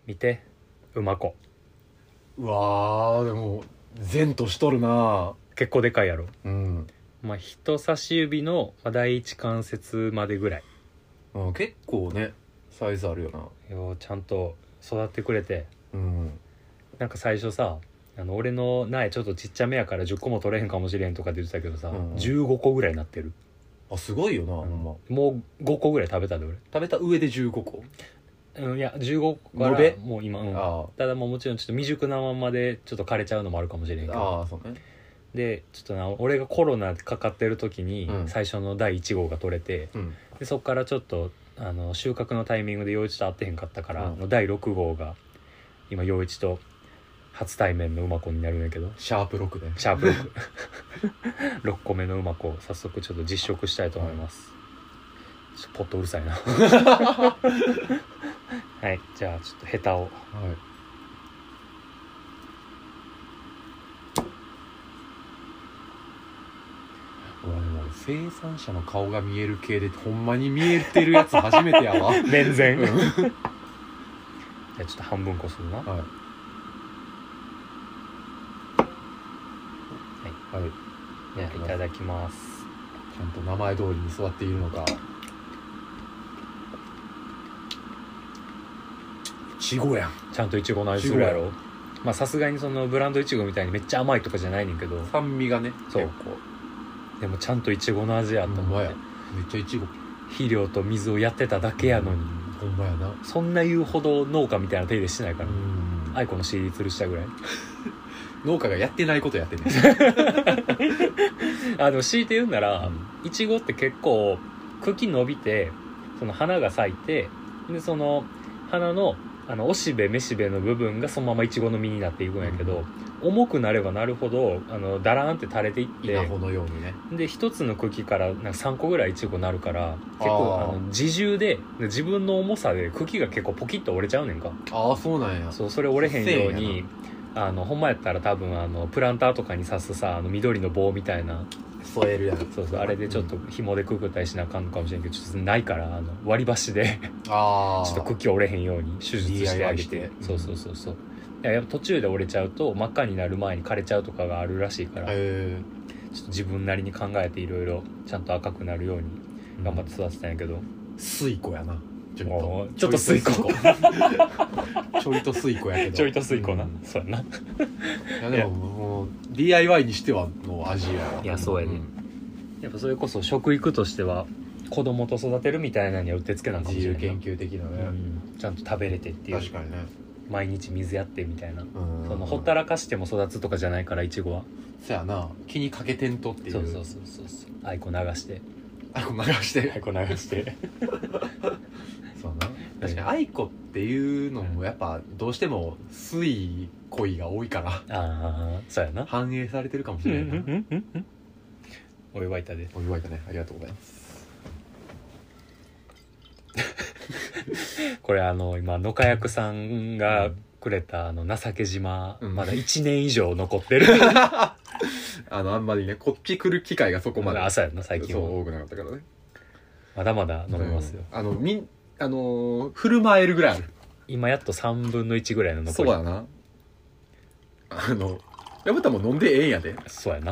見て馬子。 うわーでも善としとるな。 結構でかいやろ。 うん、 まあ人差し指の第一関節までぐらい。 うん、結構ねサイズあるよな。 よちゃんと育ってくれて、 うん、 なんか最初さ俺の苗ちょっとちっちゃめやから10個も取れへんかもしれんとかって言ってたけどさ、15個ぐらいなってる。 あすごいよな、ほんま。 もう5個ぐらい食べたで俺。 食べた上で15個。 いや15個から延べもう今、 あただもちろんちょっと未熟なままでちょっと枯れちゃうのもあるかもしれんけど、 あそうね。 でちょっとな俺がコロナかかってる時にうん最初の第1号が取れて、 うんでそっからちょっと収穫のタイミングで陽一と会ってへんかったから、 うん第6号が今陽一と初対面の馬子になるんやけど、 シャープ6で。 シャープ6 6個目の馬子を早速ちょっと実食したいと思います、ちょっとポッとうるさいなはいじゃあちょっとヘタを。 はい。俺でも生産者の顔が見える系でほんまに見えてるやつ初めてやわ。 面前じゃあちょっと半分こするな。 はいはい。 じゃあいただきます。 ちゃんと名前通りに育っているのか。いちごやん。 ちゃんといちごの味するやろ。まあさすがにそのブランドいちごみたいにめっちゃ甘いとかじゃないねんけど、 酸味がねそう結構。 でもちゃんといちごの味やと思ってほんまや。めっちゃいちご。 肥料と水をやってただけやのに、 ほんまやな。 そんな言うほど農家みたいな手入れしてないからね。 んアイコの CD 吊るしたぐらい農家がやってないことやってんねん。 でも強いて言うならいちごって結構茎伸びてその花が咲いて、でその花のおしべめしべの部分がそのままいちごの実になっていくんやけど、重くなればなるほどだらーんって垂れていって稲穂のようにね。 で一つの茎からなんか3個ぐらいいちごなるから結構自重で自分の重さで茎が結構ポキッと折れちゃうねんか。 ああそうなんや。 そうそれ折れへんようにほんまやったら多分プランターとかに刺すさ緑の棒みたいな添えるやん。 そうあれでちょっと紐でくくったりしなあかんのかもしれんけどちょっとないから割り箸でああちょっと茎折れへんように手術してあげ DIY してて、そういややっぱ途中で折れちゃうと真っ赤になる前に枯れちゃうとかがあるらしいから、ちょっと自分なりに考えていろいろちゃんと赤くなるように頑張って育てたんやけど、 水子やな。ちょっと水子ちょいと水子やけど。 ちょいと水子な、そうやな。 いやでももう DIY にしてはの味や。 いやそうやね、やっぱそれこそ食育としては子供と育てるみたいなのにはうってつけなんかもし自れない由研究的なね、 ちゃんと食べれてっていう。 確かにね。 毎日水やってみたいな、そのほっったらかしても育つとかじゃないからいちごは。 そやな、気にかけてんとっていう。 そうアイコ流してアイコ流してアイコ流してそうな。確かにアイコっていうのもやっぱどうしても水恋が多いからああそうやな。 反映されてるかもしれないな。 お湯沸いたで。 お湯沸いたね。ありがとうございます。 これ今野家役さんがくれた情け島、まだ1年以上残ってるあんまりねこっち来る機会がそこまで朝やな最近はそう多くなかったからね。 まだまだ飲めますよ、 振る舞えるぐらいある。 今やっと3分の1ぐらいの残り。 そうやな。やぶたも飲んでええんやで。 そうやな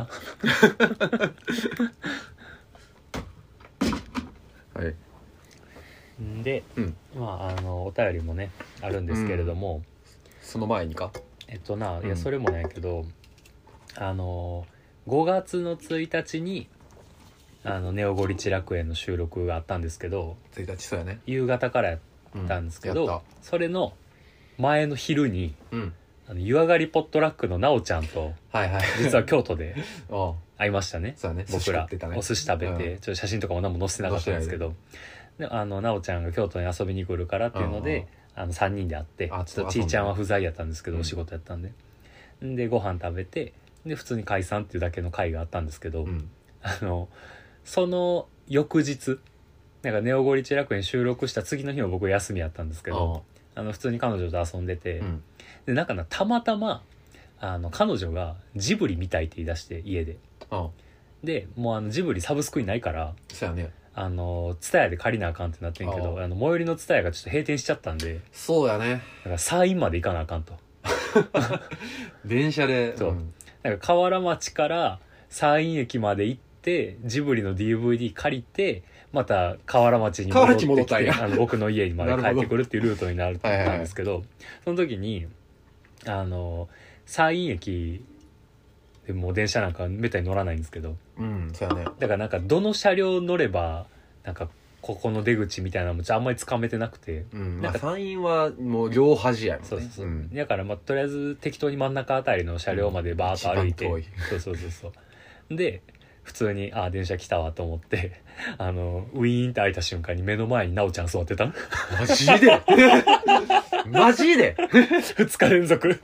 はい。 で、まあお便りもねあるんですけれども、 その前にかいやそれもないけど5月の1日にネオゴリチ楽園の収録があったんですけど、 1日そうやね。 夕方からやったんですけど、それの前の昼に湯上がりポットラックのなおちゃんと実は京都で会いましたね。 そうやね。 僕らお寿司食べて、ちょっと写真とかも何も載せてなかったんですけど、でなおちゃんが京都に遊びに来るからっていうので3人で会って、ちょっとちいちゃんは不在やったんですけど、お仕事やったんでご飯食べて、で普通に解散っていうだけの会があったんですけど、その翌日なんかネオゴリチ楽園収録した次の日も僕休みやったんですけど、普通に彼女と遊んでて、でなんかたまたま彼女がジブリ見たいって言い出して家で、でもうジブリサブスクにないから、 そうやね。 ツタヤで借りなあかんってなってんけど最寄りのツタヤがちょっと閉店しちゃったんで、 そうやね。 だから山陰まで行かなあかんと。 電車で。 そう、だから河原町から山陰駅まで行ってジブリの DVD 借りてまた河原町に戻ってきて僕の家にまで帰ってくるっていうルートになるったんですけど、その時に山陰駅でもう電車なんかめったに乗らないんですけど、 そうやね。 だからなんかどの車両乗ればなんかここの出口みたいなのもあんまりつかめてなくて、 なんか山陰はもう両端やもんね。 そうそうそう、だからとりあえず適当に真ん中あたりの車両までバーッと歩いて、そうで普通に電車来たわと思ってウィーンって開いた瞬間に目の前になおちゃん座ってた。 マジでマジで 2日連続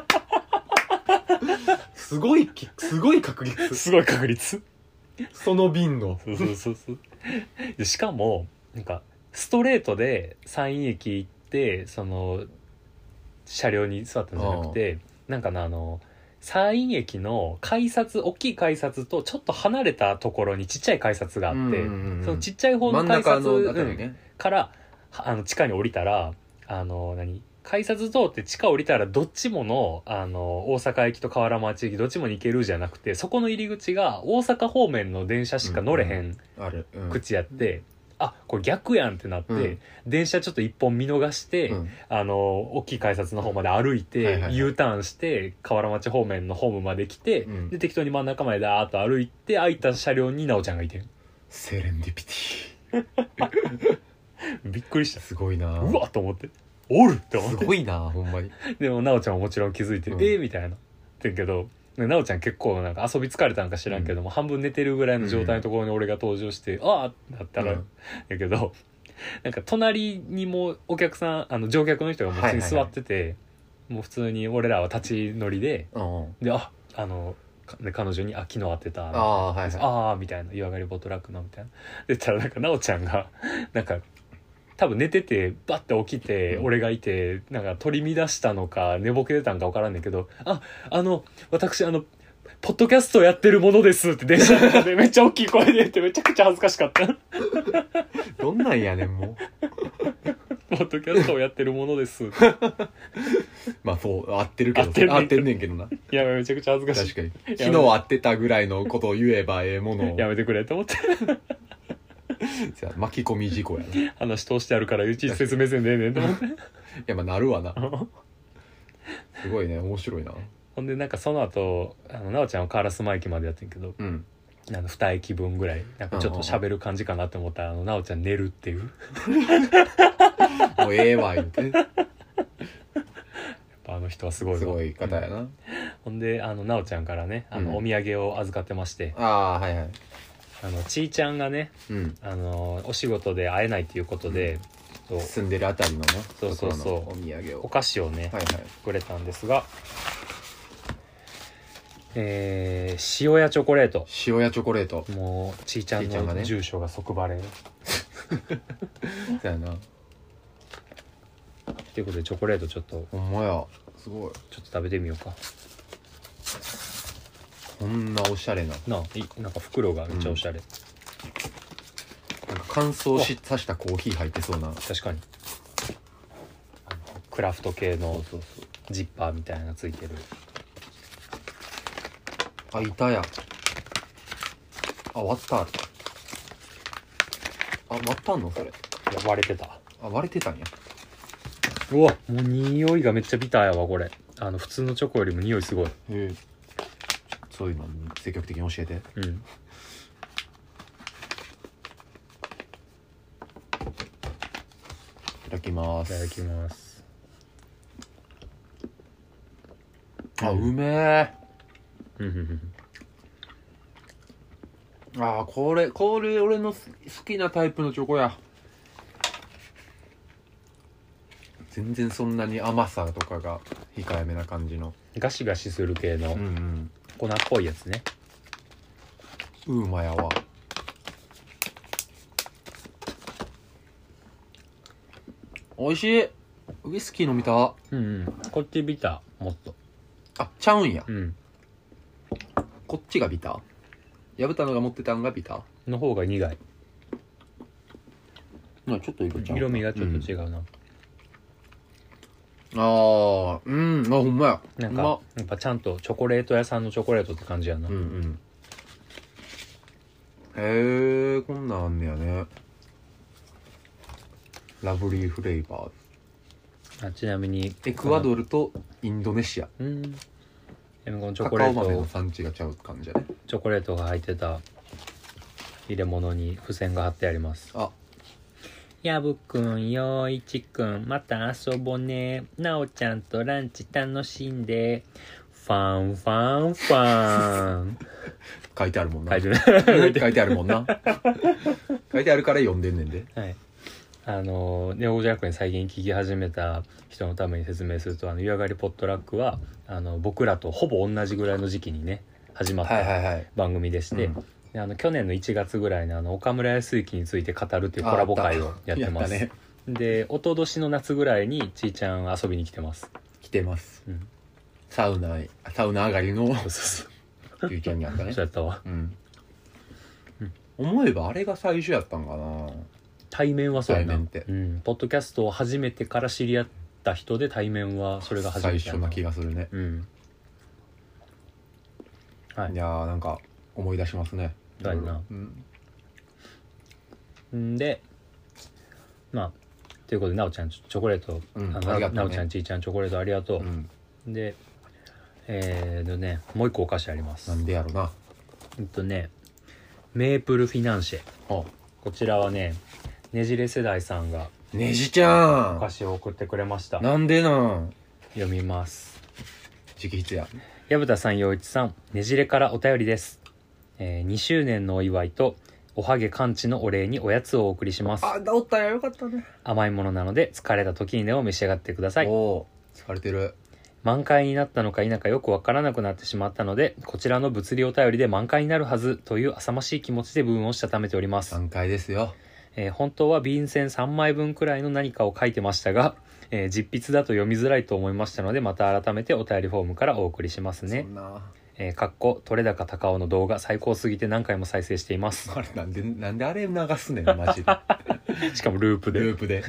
すごい確率。 すごい確率。 その便の。 そうでしかもなんかストレートで山陰駅行ってその車両に座ったんじゃなくて、なんか山陰駅の改札、大きい改札とちょっと離れたところにちっちゃい改札があって、そのちっちゃい方の改札、から地下に降りたら改札通って地下降りたらどっちもの大阪駅と河原町駅どっちもに行けるじゃなくて、そこの入り口が大阪方面の電車しか乗れへん口やって、これ逆やんってなって、電車ちょっと一本見逃して、大きい改札の方まで歩いて、U ターンして河原町方面のホームまで来て、で適当に真ん中までダーッと歩いて空いた車両になおちゃんがいてん。 セレンディピティびっくりした。 すごいな。 うわっと思っておるって思って。 すごいなほんまに。 でもなおちゃんはもちろん気づいて、みたいなってんけど、なおちゃん結構なんか遊び疲れたんか知らんけども、半分寝てるぐらいの状態のところに俺が登場して、ああだったら、やけどなんか隣にもお客さん乗客の人がもう普通に座ってて、もう普通に俺らは立ち乗りで、で彼女に昨日会ってたみたいな、湯上がりボートラックのみたいなで言ったら、なんかなおちゃんがなんか多分寝ててバッて起きて、俺がいてなんか取り乱したのか寝ぼけてたんか分からんねんけど、私ポッドキャストやってるものですって電車の中でめっちゃ大きい声で言ってめちゃくちゃ恥ずかしかったどんなんやねんもうポッドキャストをやってるものですまあそう合ってるけど合ってんねんけどな。 いやめちゃくちゃ恥ずかしい。 確かに昨日会ってたぐらいのことを言えばええものをやめてくれと思って巻き込み事故やね。 話通してあるからいちいち説明せんでええねんと思っていやまあなるわなすごいね面白いな。 ほんでなんかその後なおちゃんは烏丸駅までやってんけど、2駅分ぐらいなんかちょっと喋る感じかなって思ったらなおちゃん寝るっていうもうええわ言うてやっぱあの人はすごいわ、 すごい方やな。 ほんでなおちゃんからねお土産を預かってまして、ちーちゃんがね、お仕事で会えないということで、 住んでるあたりのねそうお土産をお菓子をね、くれたんですが、塩屋チョコレート。 塩屋チョコレート。 もうちーちゃんの住所が即バレそうやな。 ということでチョコレートちょっとほんまやすごい。 ちょっと食べてみようか。 こんなおしゃれななんか袋がめっちゃおしゃれ、 なんか乾燥さしたコーヒー入ってそうな。 確かにクラフト系のジッパーみたいなのがついてる。 いたや。割ったある。割ったんのそれ。いや割れてた。 割れてたんや。 うわもう匂いがめっちゃビターやわこれ。普通のチョコよりも匂いすごい。 そういうの積極的に教えて。いただきます。 いただきます。 うめえ。これ俺の好きなタイプのチョコや。全然そんなに甘さとかが控えめな感じのガシガシする系の粉っぽいやつね。 うまやわ。おいしい。ウイスキー飲みた。 こっちビターもっと。 ちゃうんや。こっちがビター。矢蓋のが持ってたんがビターの方が苦い。 ちょっと色ちゃう、 色味がちょっと違うな、 ほんまや。 なんかやっぱちゃんとチョコレート屋さんのチョコレートって感じやな。 へえ、こんなんあんねやね。ラブリーフレーバあ、ちなみにー。エクアドルとインドネシア。 でもこのチョカコレーカオ豆のト、 産地がちゃう感じやね。 チョコレートが入ってた入れ物に付箋が貼ってあります。 あ、 やぶくん、よいちくん、また遊ぼね。なおちゃんとランチ楽しんで。ファンファンファン。 書いてあるもんな。 書いてる。 書いてあるもんな。書いてあるから読んでんねんで。 はい。ネオジャックに最近聞き始めた人のために説明すると、湯上がりポットラックは僕らとほぼ同じぐらいの時期にね始まった番組でして、で去年の1月ぐらいに岡村康之について語るっていうコラボ会をやってます。ね、で一昨年の夏ぐらいにちいちゃん遊びに来てます。 来てます、サウナ上がりのちいちゃんにあったね。 そうやったわ、 思えばあれが最初やったんかな。 対面はそうやな。 対面って、 ポッドキャストを初めてから知り合った人で対面はそれが初めて最初な気がするね。 はい、 いやーなんか思い出しますね。 だいな。でまあということでなおちゃんチョコレート、なおちゃんちいちゃんチョコレートありがとう。でもう一個お菓子あります。 なんでやろな。 メープルフィナンシェ。こちらはねねじれ世代さんがねじちゃんお菓子を送ってくれました。 なんでなん。 読みます。 直筆や。 矢蓋さん、陽一さん、ねじれからお便りです。2周年のお祝いとおはげ完治のお礼におやつをお送りします。 あ、治ったよ、よかったね。 甘いものなので疲れた時にでも召し上がってください。 おー、疲れてる。 満開になったのか否かよくわからなくなってしまったので、こちらの物理お便りで満開になるはずという浅ましい気持ちで文をしたためております。 満開ですよ。 本当は便箋3枚分くらいの何かを書いてましたが、実筆だと読みづらいと思いましたので、また改めてお便りフォームからお送りしますね。 そんな取れ高高尾の動画最高すぎて何回も再生しています。 あれなんであれ流すねんマジで。 しかもループで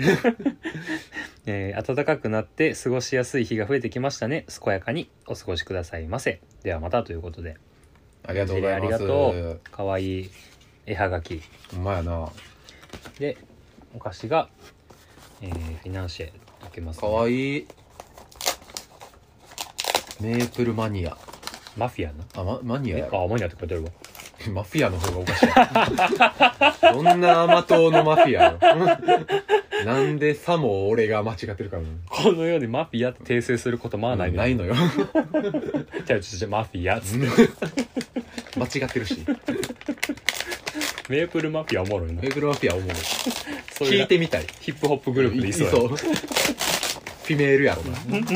暖かくなって過ごしやすい日が増えてきましたね。健やかにお過ごしくださいませ。ではまたということで、 ありがとうございます。 ありがとう。かわいい絵はがき。 ほんまやな。 でお菓子が、フィナンシェ開けますね。 かわいい。メープルマニア。 マフィアな。 マニアやろ。マニアって書いてあるわ。 マフィアの方がおかしい。どんな甘党のマフィアよ。なんでさも俺が間違ってるからな。 このようにマフィアって訂正することまあないないのよ。 じゃあマフィアっつって間違ってるし。 メープルマフィアおもろいな。 メープルマフィアおもろい。聞いてみたい。 ヒップホップグループでいそう。 フィメールやろな。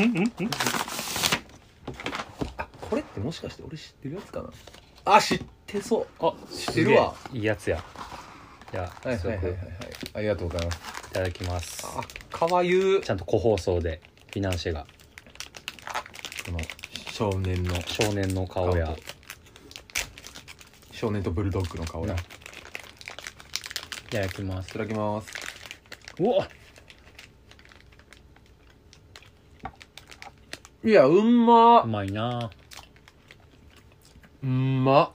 あ、これってもしかして俺知ってるやつかな。あ、知ってそう。あ、知ってるわ。 いいやつや。じゃあ、 はい。ありがとうございます。 いただきます。 あ、かわゆちゃんと個包装でフィナンシェが。 この少年の顔や。 少年とブルドッグの顔や。 いただきます。 いただきます。 うわ。 いや、うんま。 うまいな。 うんま。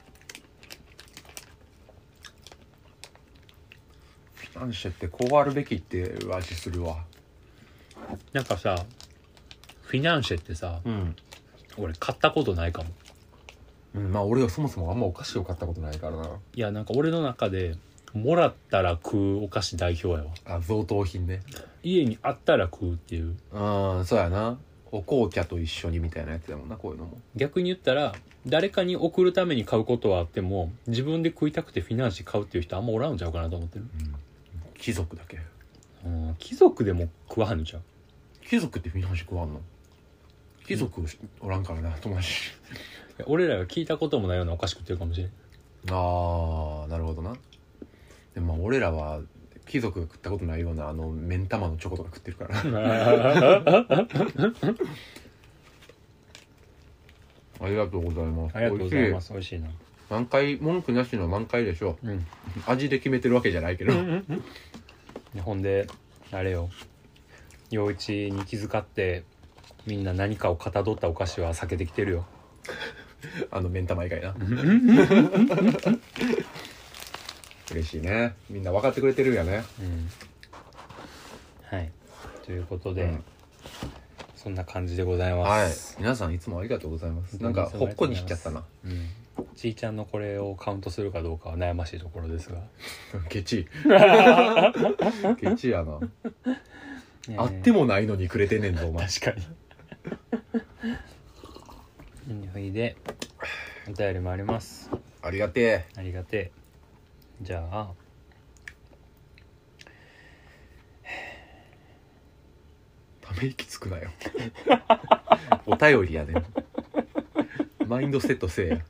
フィナンシェってこうあるべきっていう味するわ。 なんかさ、フィナンシェってさ、俺買ったことないかも。 まあ俺はそもそもあんまお菓子を買ったことないからな。 いや、なんか俺の中でもらったら食うお菓子代表やわ。 あ、贈答品ね。 家にあったら食うっていう。 そうやな。お紅茶と一緒にみたいなやつだもんな、こういうのも。 逆に言ったら誰かに送るために買うことはあっても、自分で食いたくてフィナンシェ買うっていう人あんまおらんちゃうかなと思ってる。 貴族だけ。 貴族でも食わはんのちゃう。 貴族ってフィナンシェ食わんの。貴族おらんからな、友達。 俺らが聞いたこともないようなお菓子食ってるかもしれん。 ああ、なるほどな。でもまあ俺らは貴族が食ったことないような目ん玉のチョコとか食ってるからありがとうございます。 ありがとうございます。美味しいな。 満開、文句なしの満開でしょ。味で決めてるわけじゃないけどほんであれよ、陽一に気遣ってみんな何かをかたどったお菓子は避けてきてるよ。 目ん玉以外な嬉しいね、みんな分かってくれてるんやね。 はいということで、そんな感じでございはいます。 皆さんいつもありがとうございます。なんかほっこりしちゃったな。 ちいちゃんのこれをカウントするかどうかは悩ましいところですがケチケチやな、あってもないのにくれてんねんぞお前。 確かにほいでお便りもあります。 ありがてえ。 ありがてえ。じゃあため息つくなよお便りやねマインドセットせえや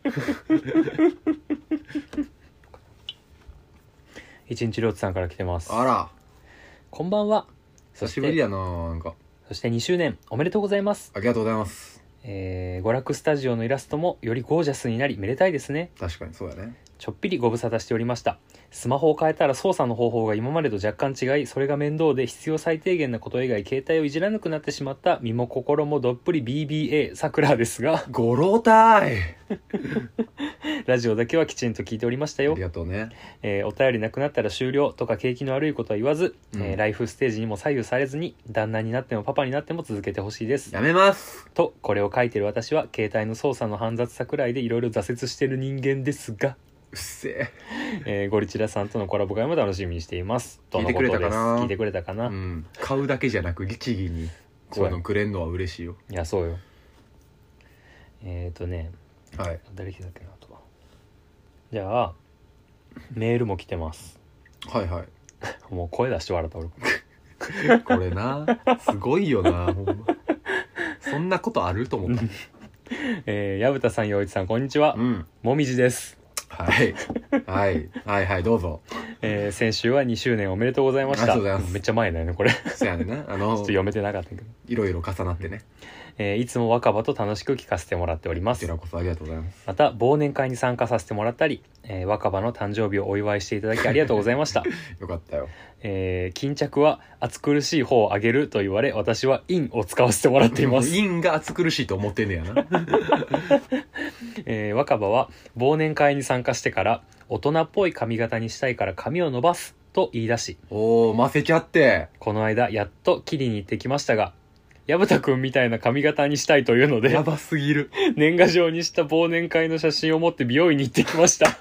一日ロッツさんから来てます。 あらこんばんは。 久しぶりやな。なんかそして2周年おめでとうございます。 ありがとうございます。 娯楽スタジオのイラストもよりゴージャスになりめでたいですね。 確かにそうやね。 ちょっぴりご無沙汰しておりました。スマホを変えたら操作の方法が今までと若干違い、それが面倒で必要最低限なこと以外携帯をいじらなくなってしまった身も心もどっぷり BBA さくらですがご老体ラジオだけはきちんと聞いておりましたよ。 ありがとうね。 お便りなくなったら終了とか景気の悪いことは言わず、ライフステージにも左右されずに旦那になってもパパになっても続けてほしいです。 やめますとこれを書いてる私は携帯の操作の煩雑さくらいでいろいろ挫折してる人間ですが、 うっせゴリチラさんとのコラボ会も楽しみにしていますとのことです。聞いてくれたかな、 買うだけじゃなく律儀にこういうのくれんのは嬉しいよ。 いやそうよ。 はい、 誰来たっけなとは。じゃあメールも来てます。 はいはいもう声出して笑った俺これなすごいよなほんまそんなことあると思った矢蓋さん陽一さんこんにちは、もみじです。 はいはいはいはいどうぞ。 先週は2周年おめでとうございました。ありがとうございます。めっちゃ前だよねこれ。 そうやねんな。ちょっと読めてなかったけどいろいろ重なってね、 いつも若葉と楽しく聞かせてもらっております。 こちらこそありがとうございます。 また忘年会に参加させてもらったり、若葉の誕生日をお祝いしていただきありがとうございましたよかったよ。 巾着は暑苦しい方をあげると言われ、私は陰を使わせてもらっています。 陰が暑苦しいと思ってんねやな若葉は忘年会に参加してから大人っぽい髪型にしたいから髪を伸ばすと言い出し、 ませちゃってこの間やっと切りに行ってきましたが、矢蓋くんみたいな髪型にしたいというのでやばすぎる年賀状にした忘年会の写真を持って美容院に行ってきました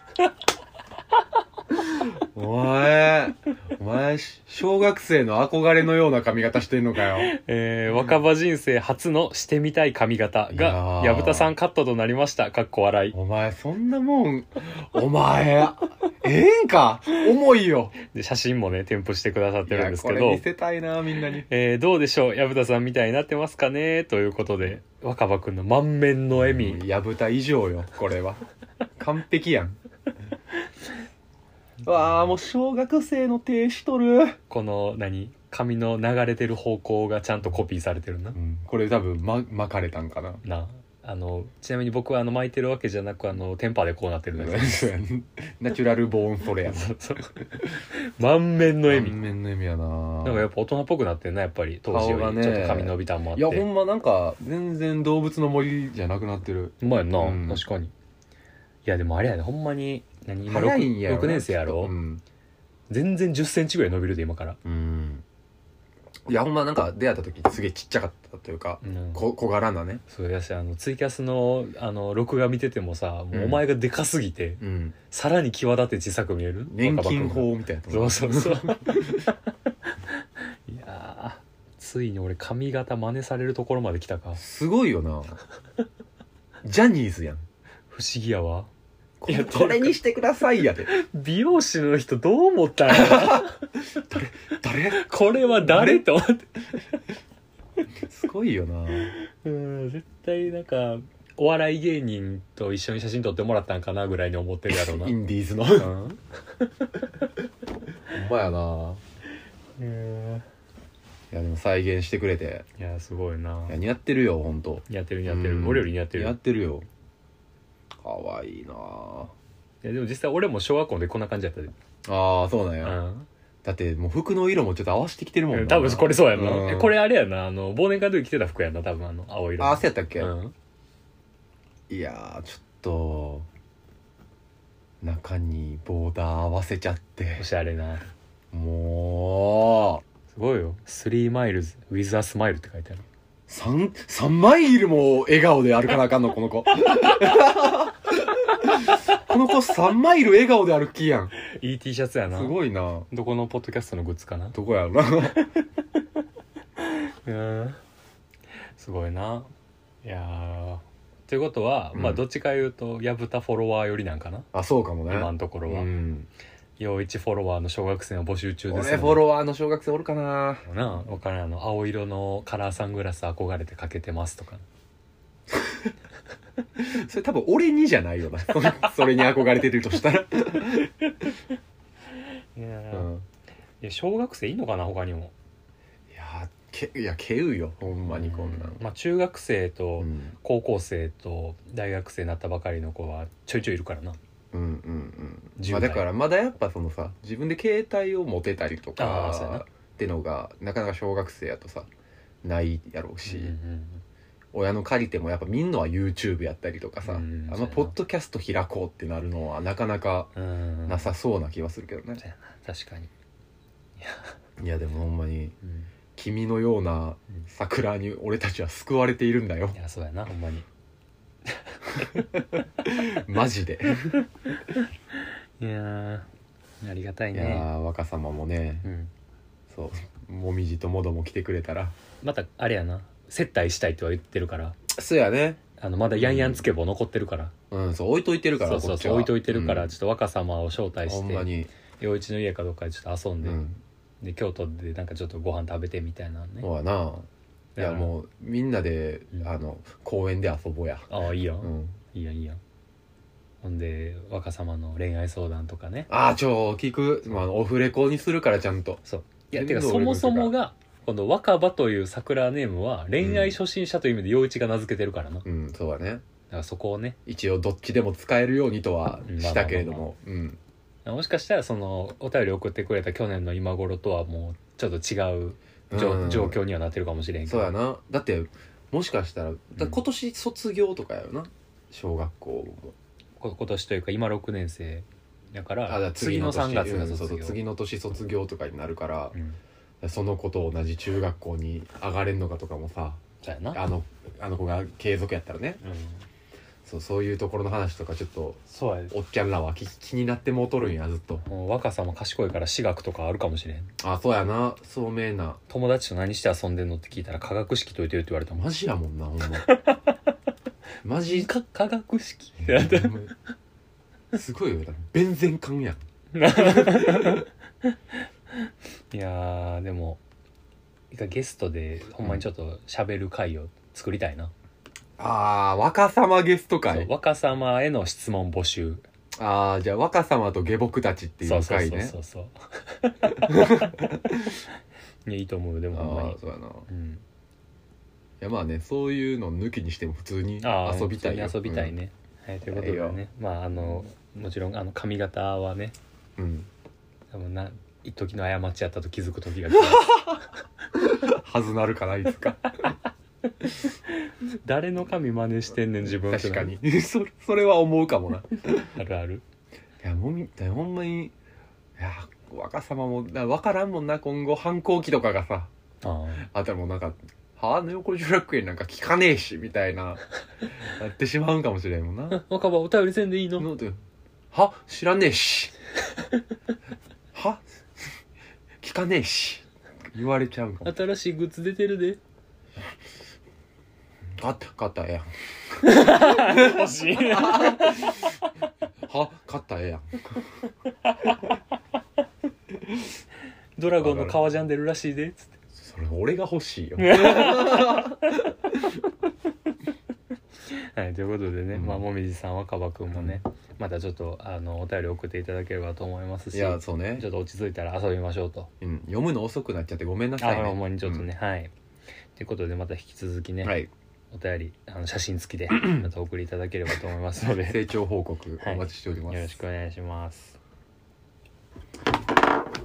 お前小学生の憧れのような髪型してんのかよ。 若葉人生初のしてみたい髪型が矢蓋さんカットとなりました。かっこ笑い。 お前そんなもんお前んか重いよ。 で写真もね添付してくださってるんですけど、 これ見せたいなみんなに。 どうでしょう矢蓋さんみたいになってますかねということで、若葉くんの満面の笑み、 矢蓋以上よこれは完璧やんわあもう小学生の手しとる。 この髪の流れてる方向がちゃんとコピーされてるな、 これ多分巻かれたんかな。 ちなみに僕は巻いてるわけじゃなくテンパでこうなってるだけナチュラルボーンそれやな満面の笑み。 満面の笑みやな。 なんかやっぱ大人っぽくなってるなやっぱり当時よりちょっと髪伸びたんもあって。 いやほんまなんか全然動物の森じゃなくなってる。 うまいな、確かに。いやでもあれやねほんまに今 6年生やろ、全然10センチぐらい伸びるで今から。いやほんまなんか出会った時すげえちっちゃかったというか、小柄なね。 そうやしツイキャスの録画見ててもさ、もうお前がでかすぎて、さらに際立って小さく見える年金法みたいな。 そうそうそういやついに俺髪型真似されるところまで来たか。 すごいよなジャニーズやん。 不思議やわ。 これにしてくださいやで。 美容師の人どう思ったんや誰これは誰と思ってすごいよな。 絶対なんかお笑い芸人と一緒に写真撮ってもらったんかなぐらいに思ってるやろうなインディーズのほんまやな。いやでも再現してくれて、 いやすごいな。 いや似合ってるよほんと。 似合ってる似合ってる、俺より似合ってる。 似合ってるよ。かわいいな。 いやでも実際俺も小学校でこんな感じだったで。 ああそうなんや、 だってもう服の色もちょっと合わせてきてるもんな。 多分これそうやんな、 うん、 これあれやな、忘年会の時着てた服やな多分青色。 あ、そうやったっけ、 うん、 いやちょっと中にボーダー合わせちゃっておしゃれな。 もうすごいよ。3 miles with a smile って書いてある。 3マイルも笑顔で歩かなあかんのこの子この子3マイル笑顔で歩きやん。 いい T シャツやな。 すごいな。 どこのポッドキャストのグッズかな。 どこやろなすごいな。いやーということは、まあどっちか言うと矢蓋フォロワー寄りなんかな。 あ、そうかもね。 今のところは、陽一フォロワーの小学生を募集中ですよね。 俺フォロワーの小学生おるかな。 分からん。青色のカラーサングラス憧れてかけてますとかそれ多分俺にじゃないよなそれに憧れてるとしたらいや、小学生いいのかな他にも。 いやけうよほんまにこんなん、 まあ、中学生と高校生と大学生になったばかりの子はちょいちょいいるからな。まあ、だからまだやっぱそのさ自分で携帯を持てたりとかってのがなかなか小学生やとさないやろうし、親の借りてもやっぱ見んのは YouTube やったりとかさ、あんまポッドキャスト開こうってなるのはなかなかなさそうな気はするけどね。 確かに。 いやでもほんまに、君のような桜に俺たちは救われているんだよ。 いやそうやなほんまにマジでいやありがたいね。 いや若様もね、そうもみじともども来てくれたらまたあれやな接待したいとは言ってるから。 そうやね。 まだヤンヤンつけ棒残ってるから、 そう置いといてるから、 そう置いといてるから、ちょっと若様を招待してほんまに陽一の家かどっかでちょっと遊んで、で京都でなんかちょっとご飯食べてみたいなね。 そうやな。いやもうみんなで、公園で遊ぼうや。 ああいいやん、いいやんいいやん。ほんで若様の恋愛相談とかね。 聞く、オフレコにするからちゃんと。 そういやてかそもそもがこの若葉という桜ネームは恋愛初心者という意味で陽一が名付けてるからな。 そうだね。だからそこをね一応どっちでも使えるようにとはしたけれども、 もしかしたらそのお便り送ってくれた去年の今頃とはもうちょっと違う状況にはなってるかもしれんけど。 そうやな。だってもしかしたら今年卒業とかやよな、小学校も。 今年というか今6年生だから次の3月が卒業、 次の年卒業とかになるから、その子と同じ中学校に上がれんのかとかもさ、 そうやな、 あの子が継続やったらね、そういうところの話とかちょっとおっちゃんらは気になってもうとるんやずっと。 もう若さも賢いから私学とかあるかもしれん。 そうやな。聡明な。 友達と何して遊んでんのって聞いたら化学式解いてるって言われたもん。 マジやもんなほんまマジ化学式ってやったすごいよ。ベンゼン缶やんいやでもゲストでほんまにちょっと喋る会を作りたいな。 若様ゲスト会。 若様への質問募集。 じゃあ若様と下僕たちっていう回ね。 そういやいいと思う。でもほんまにそうやな、いやまあねそういうの抜きにしても普通に遊びたいよ。 遊びたいね、ということでね、もちろん髪型はね、多分一時の過ちやったと気づく時が来たはずなるかないつか誰の髪真似してんねん自分。 確かにそれは思うかもなあるある。 いやほんまに、いや若様も分からんもんな。今後反抗期とかがさあったらもうなんかの横十楽園なんか聞かねえしみたいななってしまうんかもしれんもんな。 若葉お便りせんでいいの？ 知らねえし聞かねえし言われちゃうかも。 新しいグッズ出てるで。 買ったらええやん欲しい買ったらええやんドラゴンの革ジャン出るらしいでつって。 それ俺が欲しいよはい、ということでね、もみじさん若葉くんもね、またちょっとお便り送っていただければと思いますし、いやそうね、 ちょっと落ち着いたら遊びましょうと、 読むの遅くなっちゃってごめんなさいね。 ほんまにちょっとね、はいということでまた引き続きね、お便り写真付きでまた送りいただければと思いますので成長報告お待ちしております、 よろしくお願いします。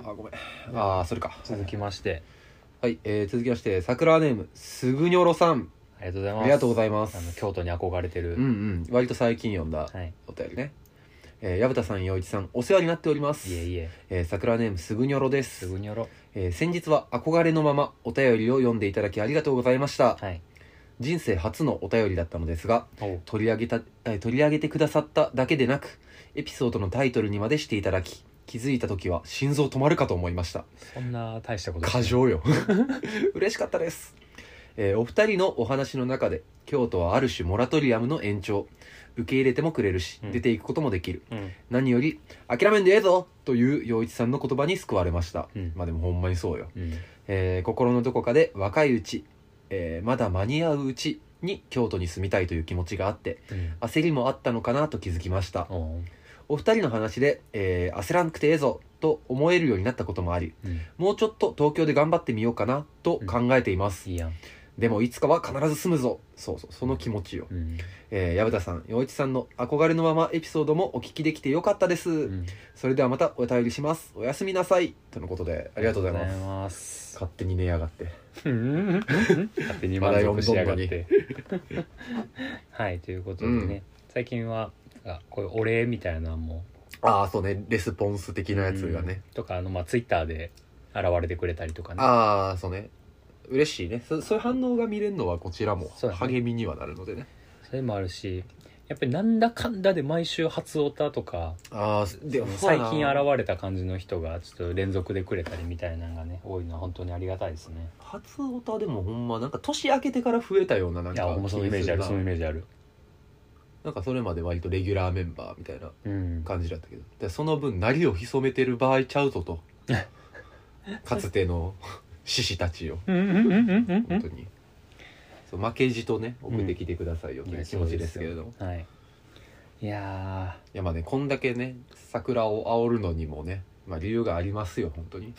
あごめんあそれか続きましてはい、続きまして桜ネームすぐにょろさんありがとうございます。 ありがとうございます。 京都に憧れてる割と最近読んだお便りね、矢蓋さん陽一さんお世話になっております。 いえいえ、 桜ネームすぐにょろです。 すぐにょろ、 先日は憧れのままお便りを読んでいただきありがとうございました、 はい、 人生初のお便りだったのですが取り上げてくださっただけでなくエピソードのタイトルにまでしていただき気づいた時は心臓止まるかと思いました。 そんな大したこと過剰よ嬉しかったです。お二人のお話の中で京都はある種モラトリアムの延長、受け入れてもくれるし、出ていくこともできる、何より諦めんでええぞという陽一さんの言葉に救われました、まあでもほんまにそうよ、心のどこかで若いうち、まだ間に合ううちに京都に住みたいという気持ちがあって、焦りもあったのかなと気づきました。お二人の話で、焦らなくてええぞと思えるようになったこともあり、もうちょっと東京で頑張ってみようかなと考えています、いいやん。でもいつかは必ず住むぞ。そうそう、その気持ちよ。矢蓋さん、陽一さんの憧れのままエピソードもお聞きできてよかったです、それではまたお便りします。おやすみなさいとのことでありがとうございます。勝手に寝やがって勝手に満足しやがってはい、ということでね、最近はこういうお礼みたいなのもそうね、レスポンス的なやつがね、 とかツイッターで現れてくれたりとかね、 そうね、嬉しいね。そういう反応が見れるのはこちらも励みにはなるのでね。 それもあるし、やっぱりなんだかんだで毎週初オタとかで最近現れた感じの人がちょっと連続でくれたりみたいなのがね多いのは本当にありがたいですね。 初オタでもほんまなんか年明けてから増えたような、なんかいやほんまそのイメージある、そのイメージある。 なんかそれまで割とレギュラーメンバーみたいな感じだったけど、でその分なりを潜めてる場合ちゃうぞとかつての獅子たちよ本当にそう負けじとね送ってきてくださいよという気持ちですけれども、 はい、いやまあね、こんだけね桜を煽るのにもね、まあ理由がありますよ本当に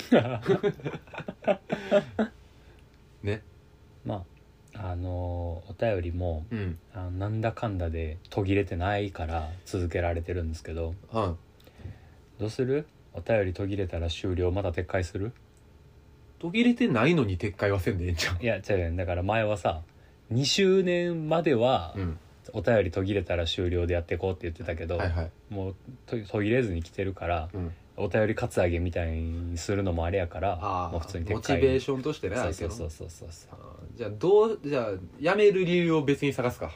ね。 まあお便りも、なんだかんだで途切れてないから続けられてるんですけど、どうする？お便り途切れたら終了、また撤回する？ 途切れてないのに撤回はせんでええんちゃう？ いや違う、だから前はさ2周年までは、お便り途切れたら終了でやっていこうって言ってたけど、もう途切れずに来てるから、お便りカツアゲみたいにするのもあれやから、もう普通に撤回。モチベーションとしてね。 そうじゃあやめる理由を別に探すか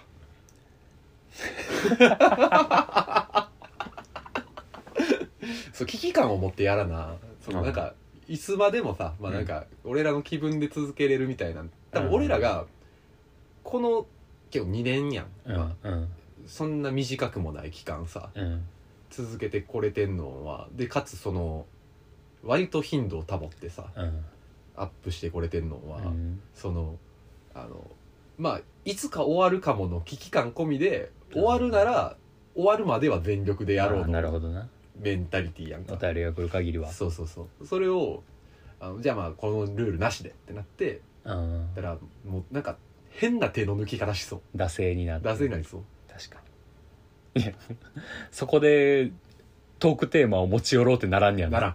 そう危機感を持ってやらな、なんかいつまでもさ、まあなんか俺らの気分で続けれるみたいな、多分俺らがこの結構2年やん、そんな短くもない期間さ、続けてこれてんのはで、かつその割と頻度を保ってさ、アップしてこれてんのは、そのまあいつか終わるかもの危機感込みで、終わるなら終わるまでは全力でやろうのメンタリティーやんか。 お便りが来る限りはそうそれをじゃあまあこのルールなしでってなって、だからもうなんか変な手の抜き方しそう、 惰性になりそう。 確かに。いやそこでトークテーマを持ち寄ろうってならんやん。 ならん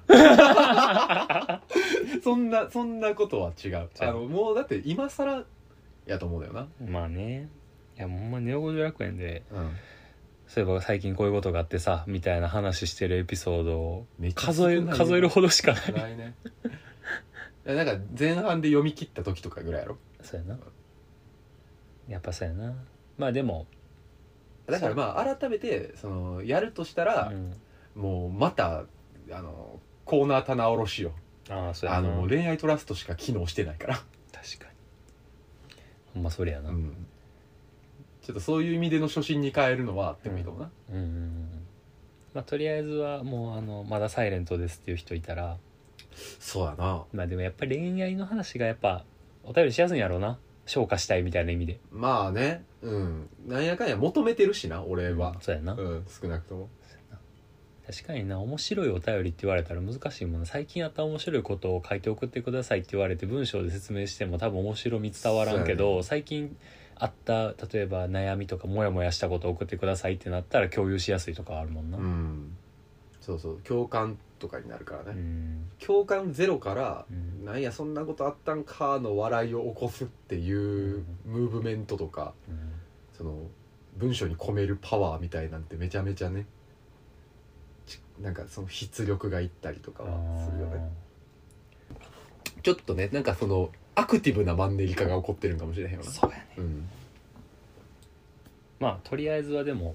そんなことは違う。もうだって今更やと思うんだよな。 まあね、いやもうほんまネオ五条楽園で、そういえば最近こういうことがあってさみたいな話してるエピソードを数えるほどしかないね。なんか前半で読み切った時とかぐらいやろ。 そうやな、やっぱそうやな。まあでもだからまあ改めてやるとしたら、もうまたコーナー棚卸しよ。 そうやな。 恋愛トラストしか機能してないから。 確かにほんまそれやな、 ちょっとそういう意味での初心に変えるのはあってもいいかもな。 まあとりあえずはもうまだサイレントですっていう人いたら、 そうやな。 まあでもやっぱり恋愛の話がやっぱお便りしやすいんやろうな、消化したいみたいな意味で。 まあね、なんやかんや求めてるしな俺は、 そうやな、 少なくとも。 確かにな、面白いお便りって言われたら難しいもんな。最近あった面白いことを書いて送ってくださいって言われて文章で説明しても多分面白み伝わらんけど、最近あった例えば悩みとかモヤモヤしたことを送ってくださいってなったら共有しやすいとかあるもんな。 そう共感とかになるからね、 うん、 共感ゼロから、 うん、 なんやそんなことあったんかの笑いを起こすっていうムーブメントとか、 うん、 その文章に込めるパワーみたいなんてめちゃめちゃね、なんかその出力がいったりとかはするよね。ちょっとね、なんかそのアクティブなマンネリ化が起こってるんかもしれへんよな。 そうやね、 うん、 まあとりあえずはでも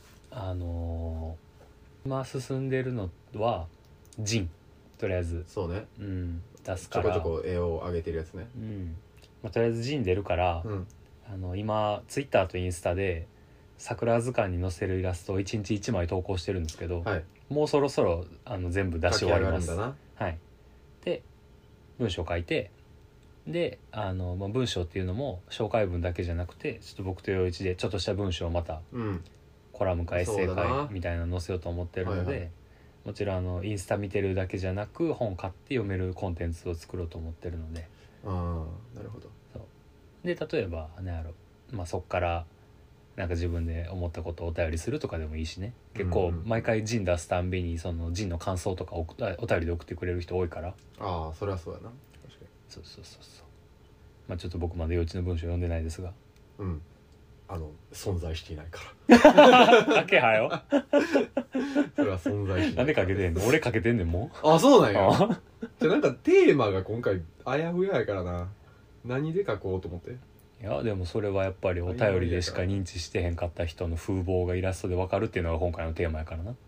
今進んでるのはジンとりあえず、 そうね、 うん、出すちょからこちょこ絵を上げてるやつね。 うん、まあ、とりあえずジン出るから、 うん、 今ツイッターとインスタで桜図鑑に載せるイラストを1日1枚投稿してるんですけど、 はい、 もうそろそろ全部出し終わります。 書き上がるんだな。 はい、で文章書いて、でまあ、文章っていうのも紹介文だけじゃなくてちょっと僕と陽一でちょっとした文章をまたコラムかエッセイそうだな会みたいなの載せようと思ってるので、 はいはい、 もちろんインスタ見てるだけじゃなく本買って読めるコンテンツを作ろうと思ってるので、 ああなるほど。 そうで例えば何やろ、まあ、そっからなんか自分で思ったことをお便りするとかでもいいしね。結構毎回ジン出すたんびにそのジンの感想とかお便りで送ってくれる人多いから、 ああそれはそうやな、確かそうそうそうそう、まあちょっと僕まで幼稚の文章読んでないですが、 に。うん、存在していないからかけはよそれは存在しない。 なんでかけてんの？俺かけてんねんもあ、そうなんや。 あじゃあなんかテーマが今回あやふややからな、何で書こうと思って。 いやでもそれはやっぱりお便りでしか認知してへんかった人の風貌がイラストで分かるっていうのが今回のテーマやからな。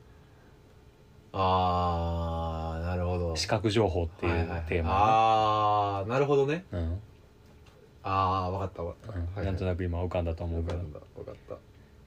あーなるほど、 視覚情報っていうテーマ、 あーなるほどね。 うんあー分かった分かった、 うんはいはい、 なんとなく今浮かんだと思うけど、 分かった分かった。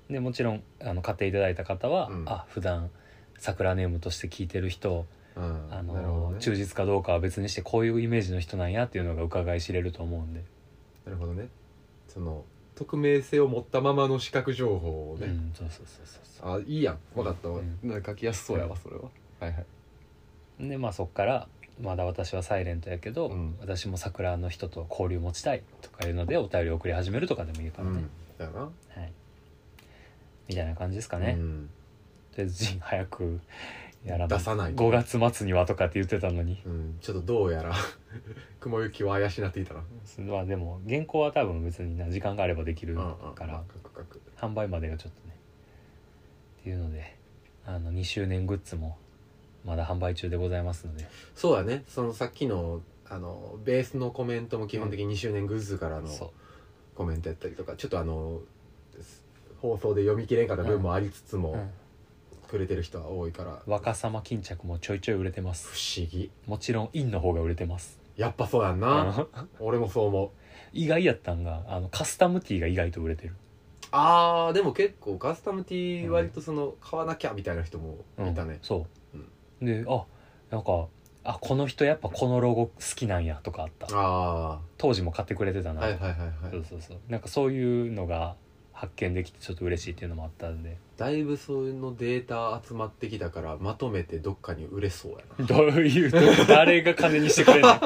でもちろん買っていただいた方は、 うん普段桜ネームとして聞いてる人、 うんなるほどね、 忠実かどうかは別にしてこういうイメージの人なんやっていうのが伺い知れると思うんで、 なるほどね。その匿名性を持ったままの視覚情報をね、 うん、そうそうそうそうあいいやん、分かったわ、 うんなんか書きやすそうやわそれは、はいはい。 でまあそっからまだ私はサイレントやけど、 うん私も桜の人と交流持ちたいとかいうのでお便り送り始めるとかでもいいからね、 だよな、 はいみたいな感じですかね、とりあえずジン早くやら出さないと 5月末にはとかって言ってたのに、 ちょっとどうやら雲行きは怪しなっていたな。 まあでも原稿は多分別に時間があればできるから、 書く書く。 販売までがちょっとねっていうので2周年グッズもまだ販売中でございますので、 そうだね、そのさっきのベースのコメントも基本的に2周年グッズからのそうコメントやったりとか、ちょっと放送で読み切れんかった分もありつつも、くれてる人は多いから。 若さま巾着もちょいちょい売れてます。 不思議、 もちろんインの方が売れてます。 やっぱそうやんな俺もそう思う。 意外やったんがカスタムティーが意外と売れてる。 でも結構カスタムティー割と買わなきゃみたいな人もいたね、 そう、でなんかこの人やっぱこのロゴ好きなんやとかあった。当時も買ってくれてたな、 はいはいはいはい、 そうなんかそういうのが発見できてちょっと嬉しいっていうのもあったんで、 だいぶそういうのデータ集まってきたからまとめてどっかに売れそうやな。 どういう誰が金にしてくれんの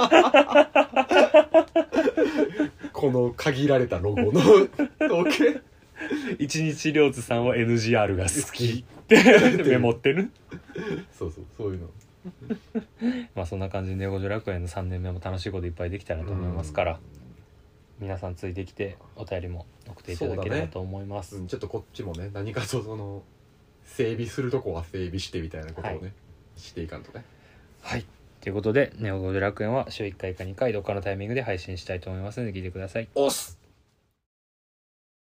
この限られたロゴの統計一日両津さんは NGR が好きってメモってるそういうのまあそんな感じでネゴジョ楽園の3年目も楽しいこといっぱいできたらと思いますから、皆さんついてきてお便りも送っていただければと思います、 ちょっとこっちもね何かと整備するとこは整備してみたいなことをね、していかんとね。 はいということでネゴジョ楽園は週1回か2回どっかのタイミングで配信したいと思いますので聞いてください。 おっす。